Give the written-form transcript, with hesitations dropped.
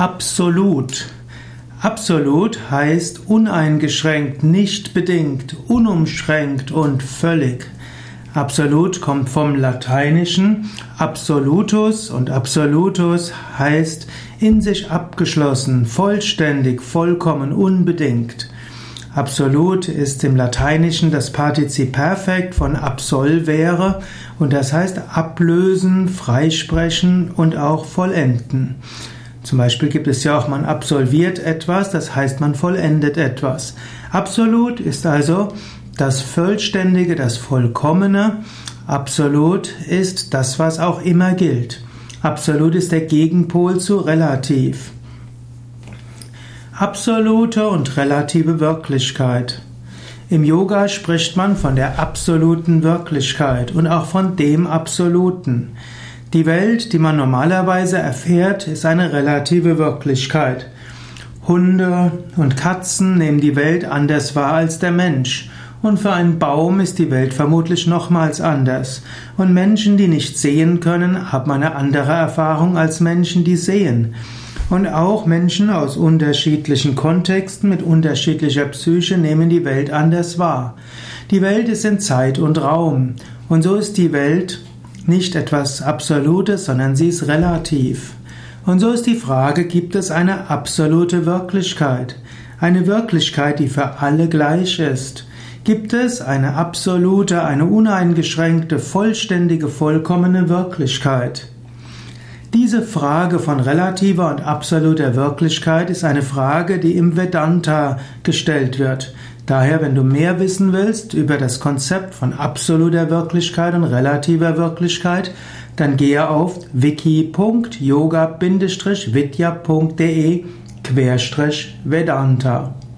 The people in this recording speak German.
Absolut. Absolut heißt uneingeschränkt, nicht bedingt, unumschränkt und völlig. Absolut kommt vom Lateinischen absolutus und absolutus heißt in sich abgeschlossen, vollständig, vollkommen, unbedingt. Absolut ist im Lateinischen das Partizip Perfekt von absolvere und das heißt ablösen, freisprechen und auch vollenden. Zum Beispiel gibt es ja auch, man absolviert etwas, das heißt, man vollendet etwas. Absolut ist also das Vollständige, das Vollkommene. Absolut ist das, was auch immer gilt. Absolut ist der Gegenpol zu relativ. Absolute und relative Wirklichkeit. Im Yoga spricht man von der absoluten Wirklichkeit und auch von dem Absoluten. Die Welt, die man normalerweise erfährt, ist eine relative Wirklichkeit. Hunde und Katzen nehmen die Welt anders wahr als der Mensch. Und für einen Baum ist die Welt vermutlich nochmals anders. Und Menschen, die nicht sehen können, haben eine andere Erfahrung als Menschen, die sehen. Und auch Menschen aus unterschiedlichen Kontexten mit unterschiedlicher Psyche nehmen die Welt anders wahr. Die Welt ist in Zeit und Raum. Und so ist die Welt nicht etwas Absolutes, sondern sie ist relativ. Und so ist die Frage, gibt es eine absolute Wirklichkeit? Eine Wirklichkeit, die für alle gleich ist? Gibt es eine absolute, eine uneingeschränkte, vollständige, vollkommene Wirklichkeit? Diese Frage von relativer und absoluter Wirklichkeit ist eine Frage, die im Vedanta gestellt wird. Daher, wenn du mehr wissen willst über das Konzept von absoluter Wirklichkeit und relativer Wirklichkeit, dann gehe auf wiki.yoga-vidya.de/Vedanta